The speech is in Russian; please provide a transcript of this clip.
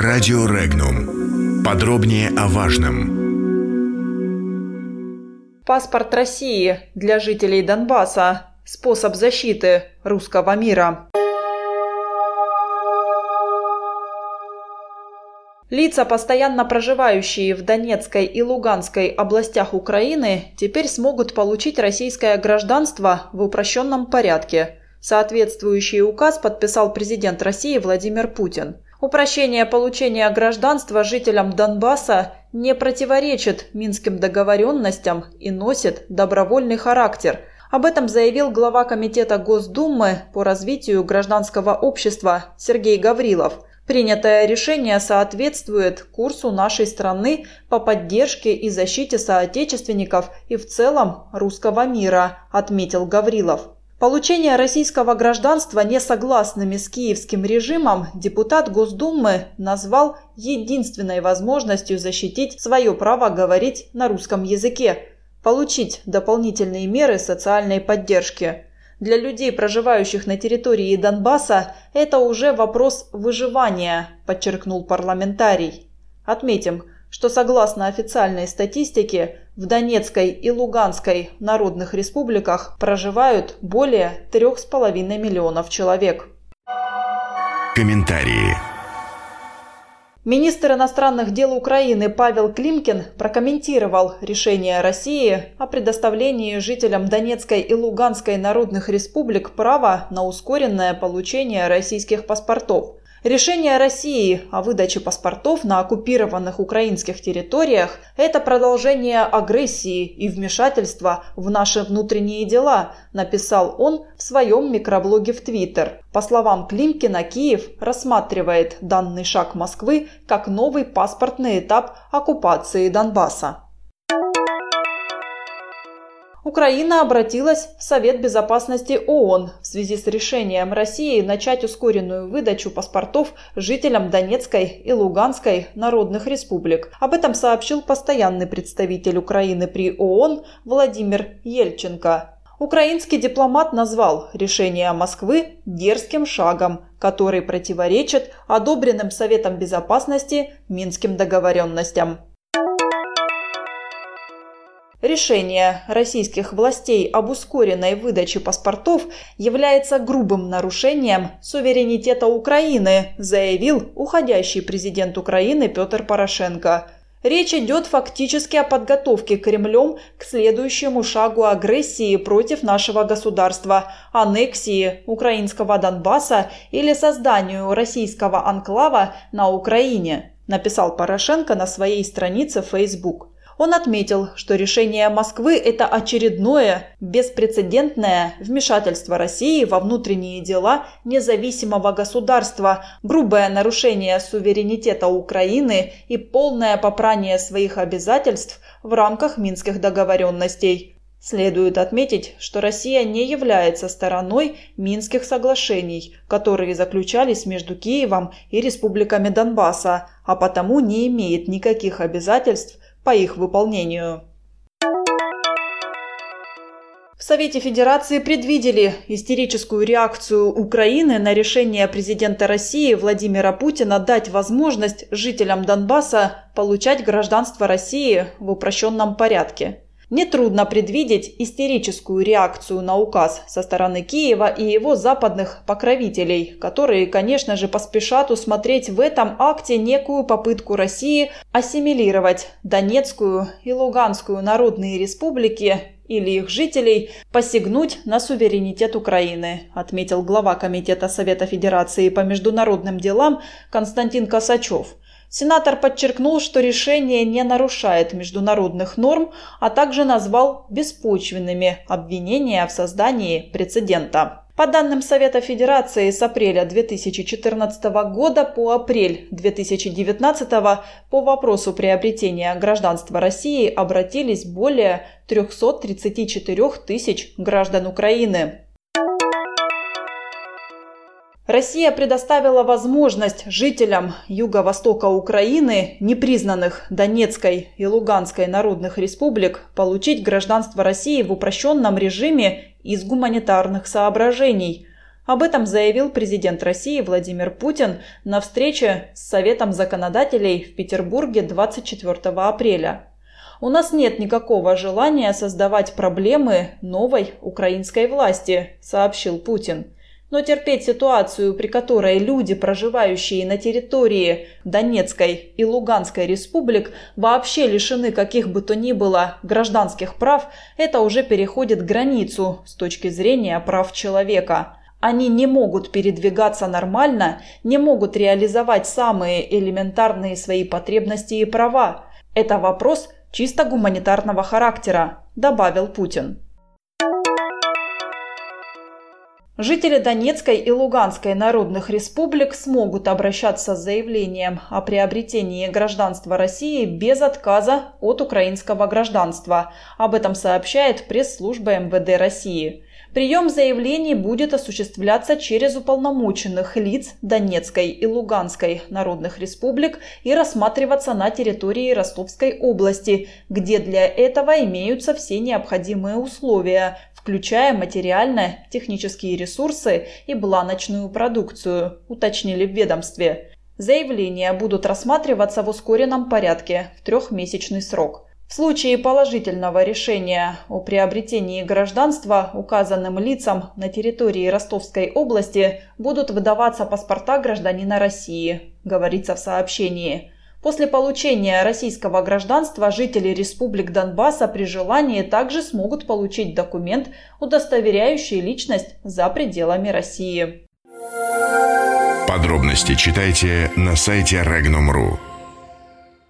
Радио Регнум. Подробнее о важном. Паспорт России для жителей Донбасса. Способ защиты русского мира. Лица, постоянно проживающие в Донецкой и Луганской областях Украины, теперь смогут получить российское гражданство в упрощенном порядке. Соответствующий указ подписал президент России Владимир Путин. Упрощение получения гражданства жителям Донбасса не противоречит Минским договоренностям и носит добровольный характер. Об этом заявил глава Комитета Госдумы по развитию гражданского общества Сергей Гаврилов. Принятое решение соответствует курсу нашей страны по поддержке и защите соотечественников и в целом русского мира, отметил Гаврилов. Получение российского гражданства несогласными с киевским режимом депутат Госдумы назвал единственной возможностью защитить свое право говорить на русском языке, получить дополнительные меры социальной поддержки. Для людей, проживающих на территории Донбасса, это уже вопрос выживания, подчеркнул парламентарий. Отметим, что согласно официальной статистике, в Донецкой и Луганской народных республиках проживают более 3,5 миллионов человек. Комментарии. Министр иностранных дел Украины Павел Климкин прокомментировал решение России о предоставлении жителям Донецкой и Луганской народных республик права на ускоренное получение российских паспортов. Решение России о выдаче паспортов на оккупированных украинских территориях – это продолжение агрессии и вмешательства в наши внутренние дела, написал он в своем микроблоге в Твиттер. По словам Климкина, Киев рассматривает данный шаг Москвы как новый паспортный этап оккупации Донбасса. Украина обратилась в Совет Безопасности ООН в связи с решением России начать ускоренную выдачу паспортов жителям Донецкой и Луганской народных республик. Об этом сообщил постоянный представитель Украины при ООН Владимир Ельченко. Украинский дипломат назвал решение Москвы дерзким шагом, который противоречит одобренным Советом Безопасности Минским договоренностям. Решение российских властей об ускоренной выдаче паспортов является грубым нарушением суверенитета Украины, заявил уходящий президент Украины Петр Порошенко. Речь идет фактически о подготовке Кремлем к следующему шагу агрессии против нашего государства, аннексии украинского Донбасса или созданию российского анклава на Украине, написал Порошенко на своей странице в Facebook. Он отметил, что решение Москвы – это очередное, беспрецедентное вмешательство России во внутренние дела независимого государства, грубое нарушение суверенитета Украины и полное попрание своих обязательств в рамках Минских договоренностей. Следует отметить, что Россия не является стороной Минских соглашений, которые заключались между Киевом и республиками Донбасса, а потому не имеет никаких обязательств по их выполнению. В Совете Федерации предвидели истерическую реакцию Украины на решение президента России Владимира Путина дать возможность жителям Донбасса получать гражданство России в упрощенном порядке. Нетрудно предвидеть истерическую реакцию на указ со стороны Киева и его западных покровителей, которые, конечно же, поспешат усмотреть в этом акте некую попытку России ассимилировать Донецкую и Луганскую народные республики или их жителей, посягнуть на суверенитет Украины, отметил глава Комитета Совета Федерации по международным делам Константин Косачев. Сенатор подчеркнул, что решение не нарушает международных норм, а также назвал беспочвенными обвинения в создании прецедента. По данным Совета Федерации, с апреля 2014 года по апрель 2019 по вопросу приобретения гражданства России обратились более 334 тысяч граждан Украины. Россия предоставила возможность жителям юго-востока Украины, непризнанных Донецкой и Луганской народных республик, получить гражданство России в упрощенном режиме из гуманитарных соображений. Об этом заявил президент России Владимир Путин на встрече с Советом законодателей в Петербурге 24 апреля. «У нас нет никакого желания создавать проблемы новой украинской власти», – сообщил Путин. Но терпеть ситуацию, при которой люди, проживающие на территории Донецкой и Луганской республик, вообще лишены каких бы то ни было гражданских прав, это уже переходит границу с точки зрения прав человека. Они не могут передвигаться нормально, не могут реализовать самые элементарные свои потребности и права. Это вопрос чисто гуманитарного характера, добавил Путин. Жители Донецкой и Луганской народных республик смогут обращаться с заявлением о приобретении гражданства России без отказа от украинского гражданства. Об этом сообщает пресс-служба МВД России. Прием заявлений будет осуществляться через уполномоченных лиц Донецкой и Луганской народных республик и рассматриваться на территории Ростовской области, где для этого имеются все необходимые условия, включая материально-технические ресурсы и бланочную продукцию, уточнили в ведомстве. Заявления будут рассматриваться в ускоренном порядке в 3-месячный срок. В случае положительного решения о приобретении гражданства указанным лицам на территории Ростовской области будут выдаваться паспорта гражданина России, говорится в сообщении. После получения российского гражданства жители республик Донбасса при желании также смогут получить документ, удостоверяющий личность за пределами России. Подробности читайте на сайте Regnum.ru.